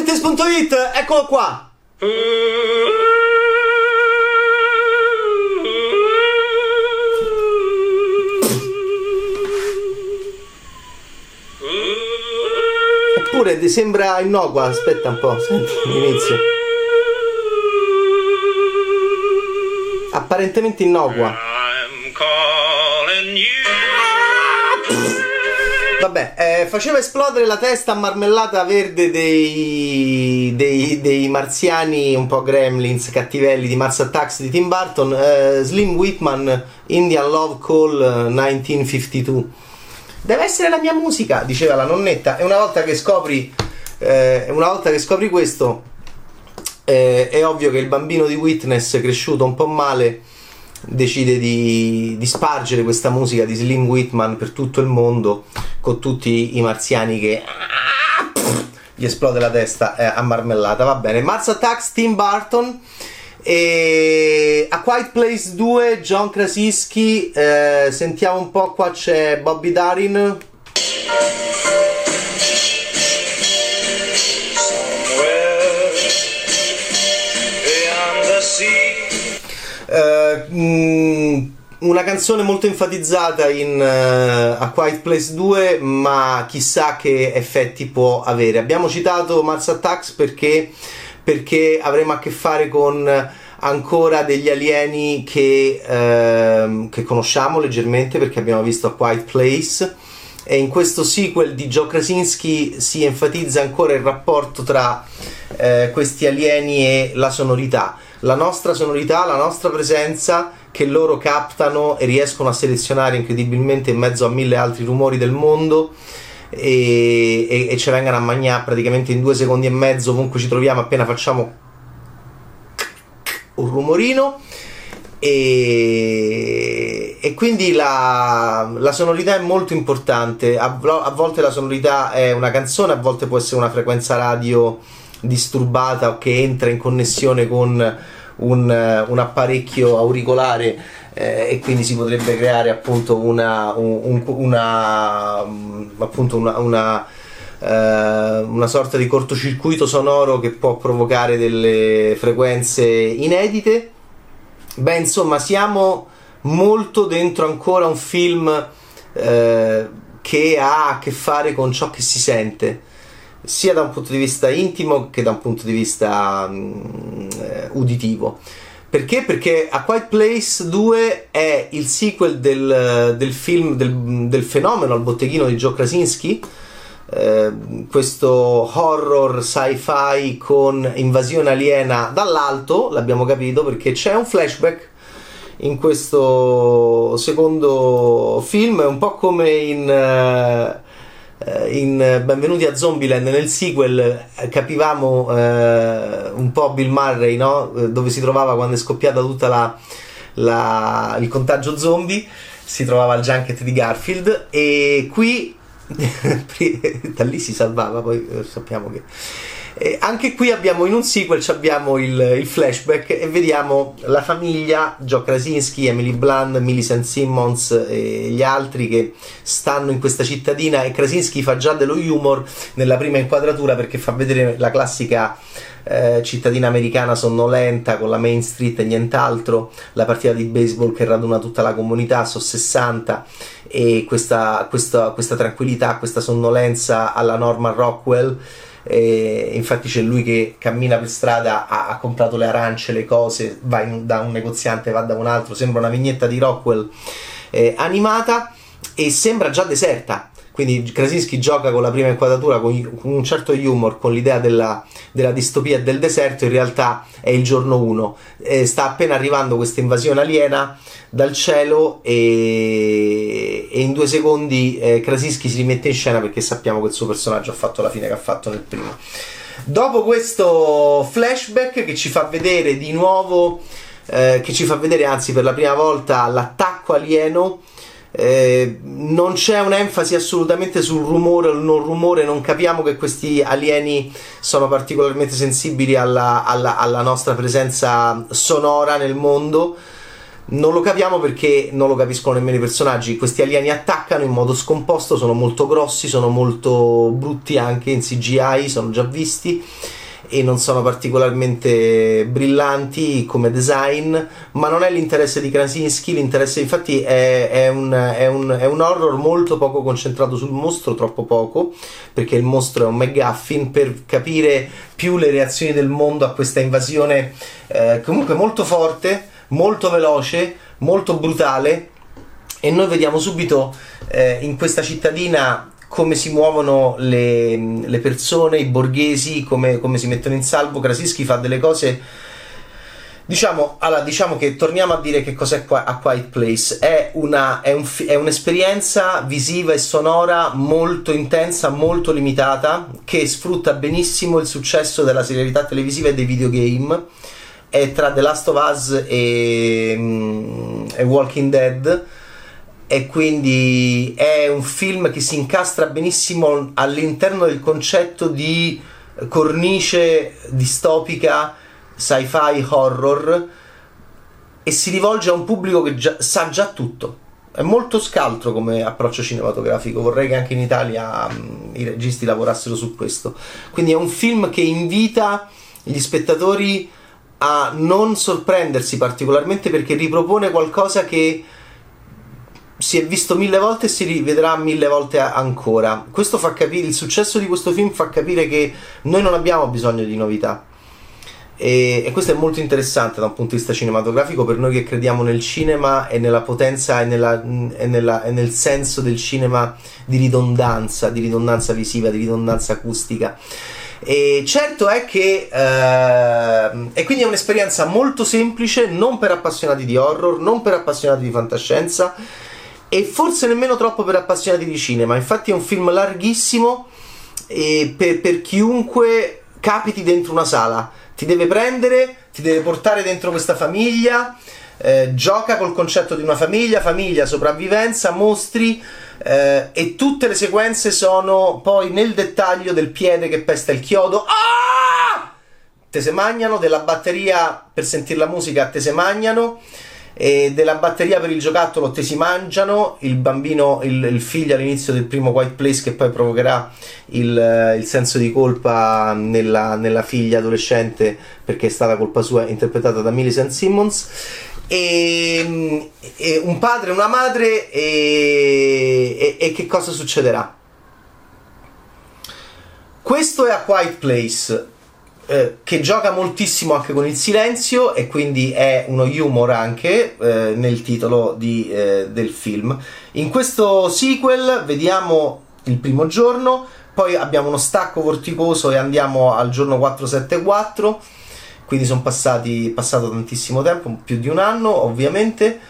Witness.it, eccolo qua. Eppure ti sembra innocua, aspetta un po', senti l'inizio. Apparentemente innocua. Vabbè, faceva esplodere la testa marmellata verde dei marziani un po' gremlins, cattivelli di Mars Attacks di Tim Burton. Slim Whitman, Indian Love Call 1952. Deve essere la mia musica, diceva la nonnetta. E una volta che scopri questo, è ovvio che il bambino di Witness, cresciuto un po' male, decide di spargere questa musica di Slim Whitman per tutto il mondo, con tutti i marziani che gli esplode la testa a marmellata. Va bene, Mars Attacks, Tim Burton. E A Quiet Place 2, John Krasinski. Sentiamo un po', qua c'è Bobby Darin. Una canzone molto enfatizzata in A Quiet Place 2, ma chissà che effetti può avere. Abbiamo citato Mars Attacks perché avremo a che fare con ancora degli alieni che conosciamo leggermente, perché abbiamo visto A Quiet Place, e in questo sequel di Joe Krasinski si enfatizza ancora il rapporto tra questi alieni e la sonorità, la nostra sonorità, la nostra presenza, che loro captano e riescono a selezionare incredibilmente in mezzo a mille altri rumori del mondo, e ci vengono a mangiare praticamente in 2 secondi e mezzo ovunque ci troviamo, appena facciamo un rumorino. E quindi la sonorità è molto importante. A volte la sonorità è una canzone, a volte può essere una frequenza radio disturbata che entra in connessione con un apparecchio auricolare, e quindi si potrebbe creare appunto una sorta di cortocircuito sonoro che può provocare delle frequenze inedite. Beh, insomma, siamo molto dentro ancora un film che ha a che fare con ciò che si sente, sia da un punto di vista intimo che da un punto di vista uditivo. Perché? Perché A Quiet Place 2 è il sequel del film del fenomeno al botteghino di Joe Krasinski, questo horror sci-fi con invasione aliena dall'alto, l'abbiamo capito, perché c'è un flashback in questo secondo film, un po' come in Benvenuti a Zombieland. Nel sequel capivamo un po' Bill Murray, no? Dove si trovava quando è scoppiata tutta il contagio zombie, si trovava al junket di Garfield, e qui da lì si salvava, poi sappiamo che anche qui abbiamo, in un sequel abbiamo il flashback e vediamo la famiglia, Joe Krasinski, Emily Blunt, Millicent Simmons e gli altri che stanno in questa cittadina, e Krasinski fa già dello humor nella prima inquadratura, perché fa vedere la classica cittadina americana sonnolenta con la Main Street e nient'altro, la partita di baseball che raduna tutta la comunità, so 60, e questa tranquillità, questa sonnolenza alla Norman Rockwell. Infatti c'è lui che cammina per strada, ha comprato le arance, le cose, va da un negoziante, va da un altro, sembra una vignetta di Rockwell animata, e sembra già deserta. Quindi Krasinski gioca con la prima inquadratura con un certo humor, con l'idea della distopia e del deserto. In realtà è il giorno 1, sta appena arrivando questa invasione aliena dal cielo, e in 2 secondi Krasinski si rimette in scena, perché sappiamo che il suo personaggio ha fatto la fine che ha fatto nel primo. Dopo questo flashback che ci fa vedere di nuovo, anzi per la prima volta, l'attacco alieno, non c'è un'enfasi assolutamente sul rumore o il non rumore, non capiamo che questi alieni sono particolarmente sensibili alla nostra presenza sonora nel mondo. Non lo capiamo perché non lo capiscono nemmeno i personaggi. Questi alieni attaccano in modo scomposto, sono molto grossi, sono molto brutti anche in CGI, sono già visti, e non sono particolarmente brillanti come design, ma non è l'interesse di Krasinski. L'interesse infatti è un horror molto poco concentrato sul mostro, troppo poco, perché il mostro è un MacGuffin per capire più le reazioni del mondo a questa invasione comunque molto forte, molto veloce, molto brutale, e noi vediamo subito in questa cittadina come si muovono le persone, i borghesi, come si mettono in salvo. Krasinski fa delle cose, diciamo che torniamo a dire che cos'è A Quiet Place. È un'esperienza visiva e sonora molto intensa, molto limitata, che sfrutta benissimo il successo della serialità televisiva e dei videogame. È tra The Last of Us e Walking Dead, e quindi è un film che si incastra benissimo all'interno del concetto di cornice distopica, sci-fi, horror, e si rivolge a un pubblico che sa già tutto. È molto scaltro come approccio cinematografico, vorrei che anche in Italia i registi lavorassero su questo. Quindi è un film che invita gli spettatori a non sorprendersi particolarmente, perché ripropone qualcosa che si è visto 1000 volte e si rivedrà 1000 volte ancora. Questo fa capire, il successo di questo film fa capire che noi non abbiamo bisogno di novità, e questo è molto interessante da un punto di vista cinematografico per noi che crediamo nel cinema e nella potenza e nel senso del cinema di ridondanza visiva, di ridondanza acustica. E certo è che e quindi è un'esperienza molto semplice, non per appassionati di horror, non per appassionati di fantascienza, e forse nemmeno troppo per appassionati di cinema. Infatti è un film larghissimo, e per chiunque capiti dentro una sala, ti deve prendere, ti deve portare dentro questa famiglia, gioca col concetto di una famiglia, sopravvivenza, mostri, e tutte le sequenze sono poi nel dettaglio del piede che pesta il chiodo. Te se magnano, della batteria per sentire la musica te se magnano, e della batteria per il giocattolo te si mangiano. Il bambino, il figlio all'inizio del primo Quiet Place, che poi provocherà il senso di colpa nella figlia adolescente, perché è stata colpa sua, interpretata da Millicent Simmons, e un padre e una madre, e che cosa succederà? Questo è A Quiet Place, che gioca moltissimo anche con il silenzio, e quindi è uno humor anche nel titolo del film. In questo sequel vediamo il primo giorno, poi abbiamo uno stacco vorticoso e andiamo al giorno 474, quindi passato tantissimo tempo, più di un anno ovviamente.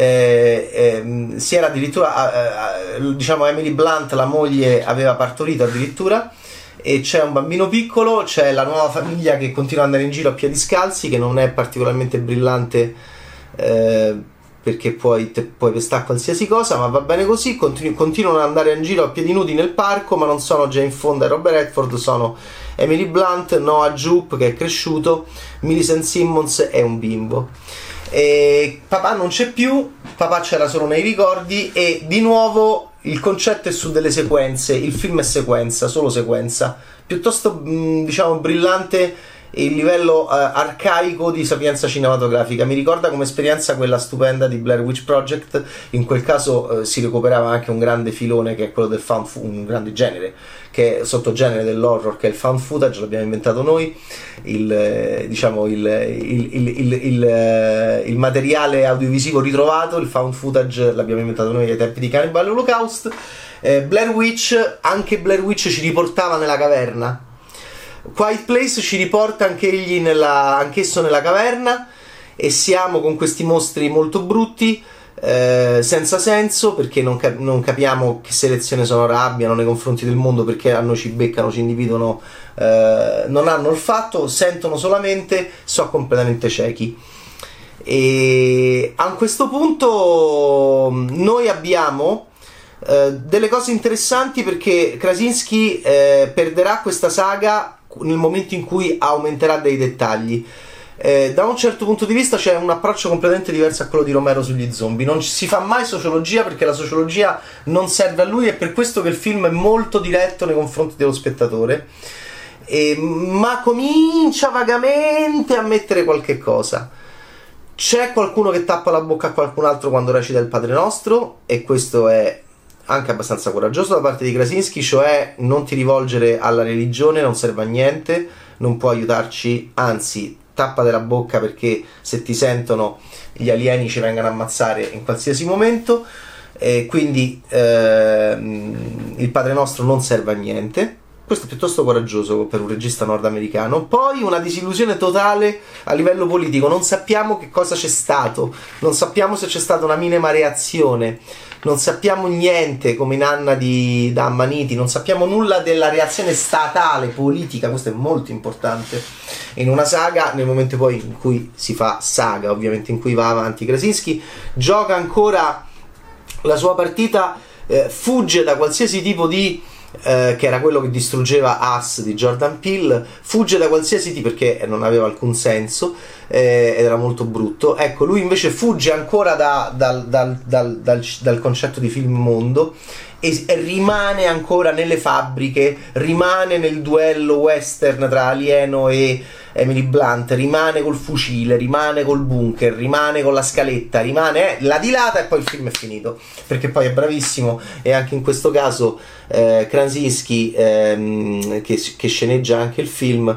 Si era addirittura diciamo Emily Blunt, la moglie, aveva partorito addirittura, e c'è un bambino piccolo, c'è la nuova famiglia che continua ad andare in giro a piedi scalzi, che non è particolarmente brillante, perché puoi pestare qualsiasi cosa, ma va bene così. Continuano ad andare in giro a piedi nudi nel parco, ma non sono Jane Fonda e Robert Redford, sono Emily Blunt, Noah Jupe che è cresciuto, Millicent Simmons è un bimbo. E papà non c'è più, papà c'era solo nei ricordi, e di nuovo il concetto è su delle sequenze. Il film è sequenza, solo sequenza, piuttosto diciamo brillante il livello arcaico di sapienza cinematografica. Mi ricorda come esperienza quella stupenda di Blair Witch Project. In quel caso si recuperava anche un grande filone, che è quello del un grande genere, che è sottogenere dell'horror, che è il found footage. L'abbiamo inventato noi, il materiale audiovisivo ritrovato. Il found footage l'abbiamo inventato noi ai tempi di Cannibal Holocaust. Blair Witch, anche Blair Witch ci riportava nella caverna. Quiet Place ci riporta anch'esso nella caverna, e siamo con questi mostri molto brutti, senza senso, perché non capiamo che selezione sonora abbiano nei confronti del mondo, perché a noi ci beccano, ci individuano, non hanno olfatto, sentono solamente, sono completamente ciechi. E a questo punto noi abbiamo delle cose interessanti, perché Krasinski perderà questa saga nel momento in cui aumenterà dei dettagli. Da un certo punto di vista c'è un approccio completamente diverso a quello di Romero sugli zombie. Non si fa mai sociologia, perché la sociologia non serve a lui, è per questo che il film è molto diretto nei confronti dello spettatore. ma comincia vagamente a mettere qualche cosa. C'è qualcuno che tappa la bocca a qualcun altro quando recita il Padre Nostro, e questo è anche abbastanza coraggioso da parte di Krasinski, cioè non ti rivolgere alla religione, non serve a niente, non può aiutarci, anzi tappate la bocca perché se ti sentono gli alieni ci vengono a ammazzare in qualsiasi momento. Quindi il Padre Nostro non serve a niente. Questo è piuttosto coraggioso per un regista nordamericano. Poi una disillusione totale a livello politico, non sappiamo che cosa c'è stato, non sappiamo se c'è stata una minima reazione, non sappiamo niente come in Anna da Ammaniti, non sappiamo nulla della reazione statale, politica. Questo è molto importante in una saga, nel momento poi in cui si fa saga, ovviamente in cui va avanti Krasinski, gioca ancora la sua partita, fugge da qualsiasi tipo di che era quello che distruggeva Us di Jordan Peele, fugge da qualsiasi tipo perché non aveva alcun senso ed era molto brutto. Ecco, lui invece fugge ancora dal concetto di film mondo e rimane ancora nelle fabbriche, rimane nel duello western tra alieno e Emily Blunt, rimane col fucile, rimane col bunker, rimane con la scaletta, rimane, la dilata e poi il film è finito, perché poi è bravissimo. E anche in questo caso Krasinski, che sceneggia anche il film,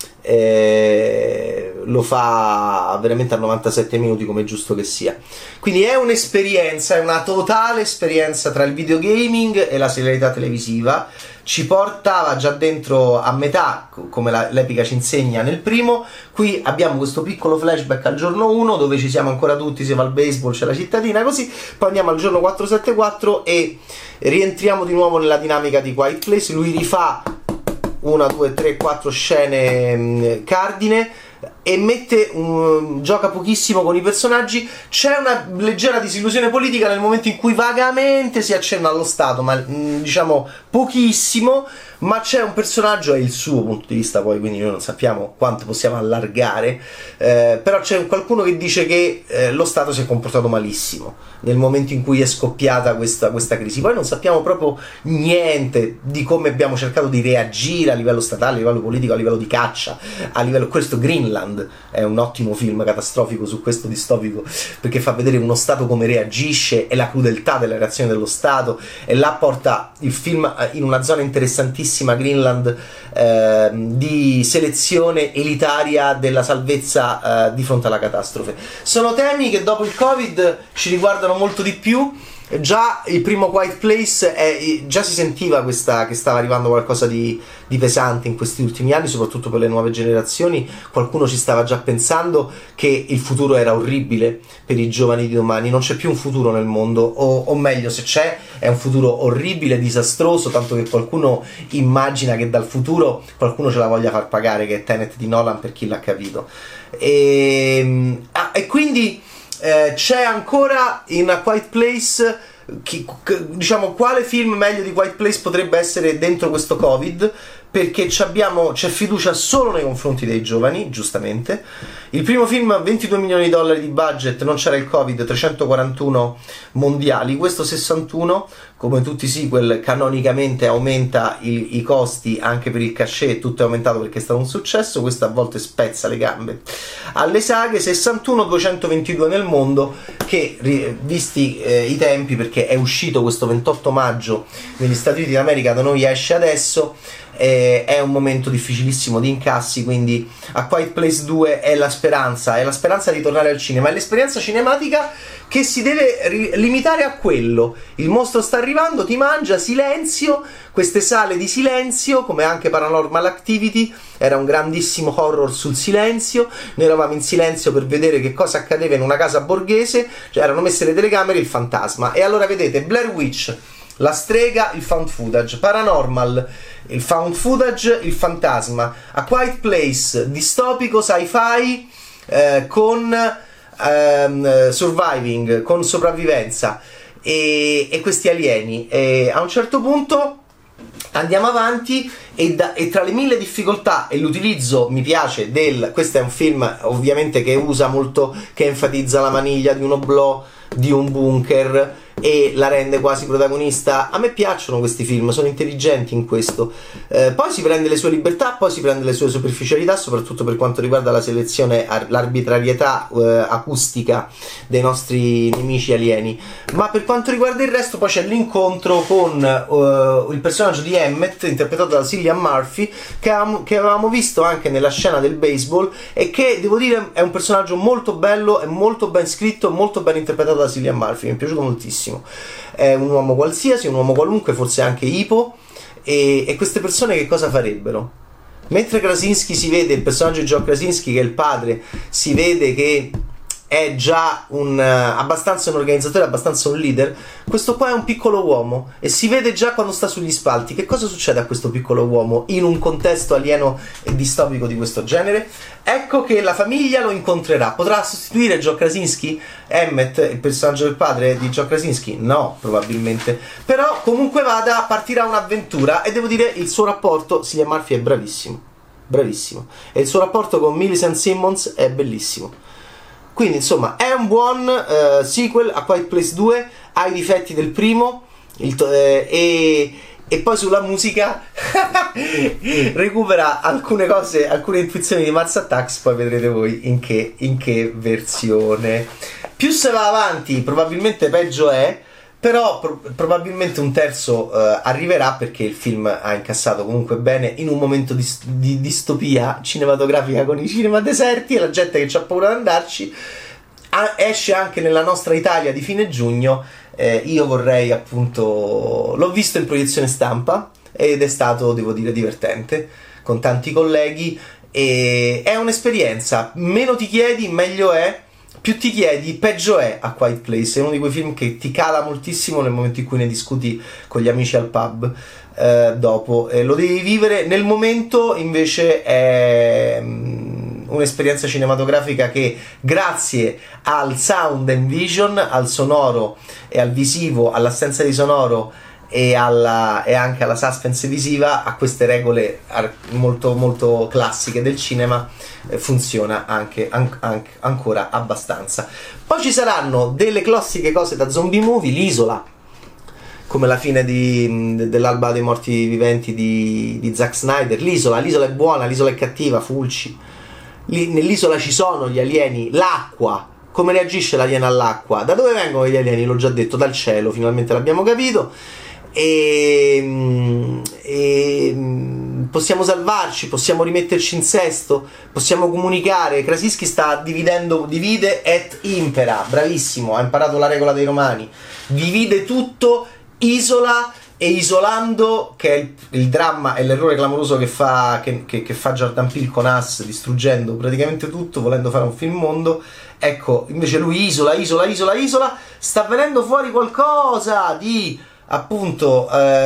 lo fa veramente a 97 minuti, come è giusto che sia. Quindi è un'esperienza, è una totale esperienza tra il videogaming e la serialità televisiva. Ci portava già dentro a metà, come l'epica ci insegna nel primo. Qui abbiamo questo piccolo flashback al giorno 1 dove ci siamo ancora tutti, si va al baseball, c'è la cittadina, così. Poi andiamo al giorno 474 e rientriamo di nuovo nella dinamica di Quiet Place. Lui rifà 1, 2, 3, 4 scene cardine e gioca pochissimo con i personaggi. C'è una leggera disillusione politica nel momento in cui vagamente si accenna allo Stato, ma diciamo pochissimo. Ma c'è un personaggio, è il suo punto di vista poi, quindi noi non sappiamo quanto possiamo allargare, però c'è qualcuno che dice che lo Stato si è comportato malissimo nel momento in cui è scoppiata questa crisi. Poi non sappiamo proprio niente di come abbiamo cercato di reagire a livello statale, a livello politico, a livello di caccia, a livello... Questo Greenland è un ottimo film catastrofico su questo distopico, perché fa vedere uno Stato come reagisce e la crudeltà della reazione dello Stato, e là porta il film in una zona interessantissima, Greenland, di selezione elitaria della salvezza di fronte alla catastrofe. Sono temi che dopo il Covid ci riguardano molto di più. Già il primo Quiet Place già si sentiva che stava arrivando qualcosa di pesante in questi ultimi anni, soprattutto per le nuove generazioni. Qualcuno ci stava già pensando che il futuro era orribile per i giovani di domani. Non c'è più un futuro nel mondo, o meglio, se c'è, è un futuro orribile, disastroso, tanto che qualcuno immagina che dal futuro qualcuno ce la voglia far pagare, che è Tenet di Nolan, per chi l'ha capito. E quindi c'è ancora in A Quiet Place, diciamo, quale film meglio di Quiet Place potrebbe essere dentro questo Covid, perché c'è fiducia solo nei confronti dei giovani, giustamente. Il primo film, 22 milioni di dollari di budget, non c'era il Covid, 341 mondiali, questo 61, come tutti i sequel canonicamente aumenta i costi anche per il cachet, tutto è aumentato perché è stato un successo. Questo a volte spezza le gambe alle saghe. 61, 222 nel mondo, che visti i tempi, perché è uscito questo 28 maggio negli Stati Uniti d'America, da noi esce adesso, è un momento difficilissimo di incassi, quindi A Quiet Place 2 è la speranza di tornare al cinema, è l'esperienza cinematica che si deve limitare a quello. Il mostro sta arrivando, ti mangia, silenzio, queste sale di silenzio, come anche Paranormal Activity era un grandissimo horror sul silenzio. Noi eravamo in silenzio per vedere che cosa accadeva in una casa borghese, cioè erano messe le telecamere, il fantasma. E allora vedete Blair Witch, la strega, il found footage, Paranormal, il found footage, il fantasma, A Quiet Place, distopico, sci-fi, con surviving, con sopravvivenza, e questi alieni. E a un certo punto andiamo avanti e tra le mille difficoltà e l'utilizzo, mi piace, questo è un film ovviamente che usa molto, che enfatizza la maniglia di un oblò, di un bunker, e la rende quasi protagonista. A me piacciono questi film, sono intelligenti in questo. Poi si prende le sue libertà, poi si prende le sue superficialità, soprattutto per quanto riguarda la selezione, l'arbitrarietà acustica dei nostri nemici alieni. Ma per quanto riguarda il resto, poi c'è l'incontro con il personaggio di Emmett, interpretato da Cillian Murphy, che avevamo visto anche nella scena del baseball, e che devo dire è un personaggio molto bello, è molto ben scritto, molto ben interpretato da Cillian Murphy, mi è piaciuto moltissimo. È un uomo qualsiasi, un uomo qualunque, forse anche ipo, e queste persone che cosa farebbero? Mentre Krasinski si vede, il personaggio di John Krasinski, che è il padre, si vede che è già abbastanza un organizzatore, abbastanza un leader, questo qua è un piccolo uomo e si vede già quando sta sugli spalti. Che cosa succede a questo piccolo uomo in un contesto alieno e distopico di questo genere? Ecco che la famiglia lo incontrerà. Potrà sostituire John Krasinski? Emmett, il personaggio del padre di John Krasinski? No, probabilmente. Però comunque vada, partirà un'avventura, e devo dire il suo rapporto, Cillian Murphy è bravissimo, bravissimo, e il suo rapporto con Millicent Simmons è bellissimo. Quindi insomma è un buon sequel a Quiet Place 2, ha i difetti del primo, e poi sulla musica recupera alcune cose, alcune intuizioni di Mars Attacks, poi vedrete voi in che versione. Più se va avanti probabilmente peggio è, però probabilmente un terzo arriverà, perché il film ha incassato comunque bene in un momento di distopia cinematografica con i cinema deserti e la gente che c'ha paura di andarci. Esce anche nella nostra Italia di fine giugno. Io vorrei, appunto, l'ho visto in proiezione stampa ed è stato, devo dire, divertente, con tanti colleghi, e è un'esperienza. Meno ti chiedi meglio è, più ti chiedi peggio è a Quiet Place. È uno di quei film che ti cala moltissimo nel momento in cui ne discuti con gli amici al pub dopo, lo devi vivere nel momento. Invece è un'esperienza cinematografica che, grazie al sound and vision, al sonoro e al visivo, all'assenza di sonoro e anche alla suspense visiva, a queste regole molto molto classiche del cinema, funziona anche ancora abbastanza. Poi ci saranno delle classiche cose da zombie movie, l'isola, come la fine dell'Alba dei morti viventi di Zack Snyder. L'isola è buona, l'isola è cattiva, Fulci. Nell'isola ci sono gli alieni, l'acqua, come reagisce l'alieno all'acqua? Da dove vengono gli alieni? L'ho già detto, dal cielo, finalmente l'abbiamo capito. E possiamo salvarci, possiamo rimetterci in sesto, possiamo comunicare. Krasinski sta dividendo, divide et impera, bravissimo, ha imparato la regola dei romani, divide tutto, isola, e isolando, che è il dramma e l'errore clamoroso che fa Jordan Peele con Us, distruggendo praticamente tutto, volendo fare un film mondo. Ecco, invece lui isola, sta venendo fuori qualcosa di, appunto,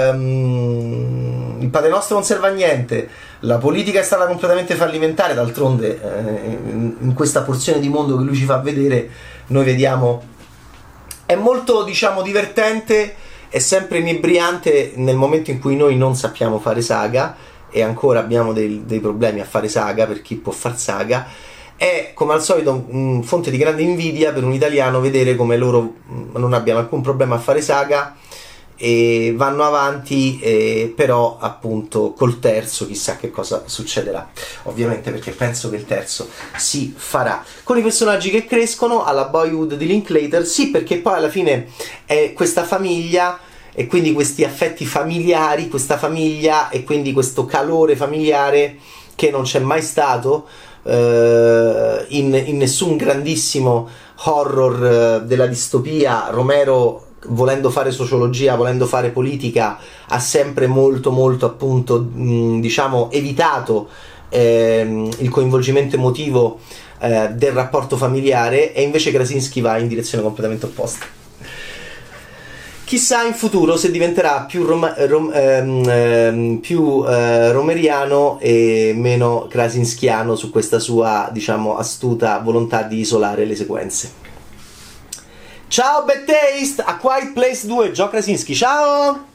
il Padre Nostro non serve a niente, la politica è stata completamente fallimentare. D'altronde in questa porzione di mondo che lui ci fa vedere, noi vediamo, è molto, diciamo, divertente. È sempre inebriante nel momento in cui noi non sappiamo fare saga, e ancora abbiamo dei problemi a fare saga, per chi può far saga. È, come al solito, fonte di grande invidia per un italiano vedere come loro non abbiano alcun problema a fare saga e vanno avanti, però appunto col terzo chissà che cosa succederà, ovviamente, perché penso che il terzo si farà con i personaggi che crescono alla Boyhood di Linklater. Sì, perché poi alla fine è questa famiglia, e quindi questi affetti familiari, questa famiglia, e quindi questo calore familiare che non c'è mai stato in nessun grandissimo horror della distopia. Romero, volendo fare sociologia, volendo fare politica, ha sempre molto molto, appunto, diciamo, evitato il coinvolgimento emotivo del rapporto familiare, e invece Krasinski va in direzione completamente opposta. Chissà in futuro se diventerà più romeriano e meno krasinskiano su questa sua, diciamo, astuta volontà di isolare le sequenze. Ciao Bad Taste, A Quiet Place 2, Joe Krasinski, ciao!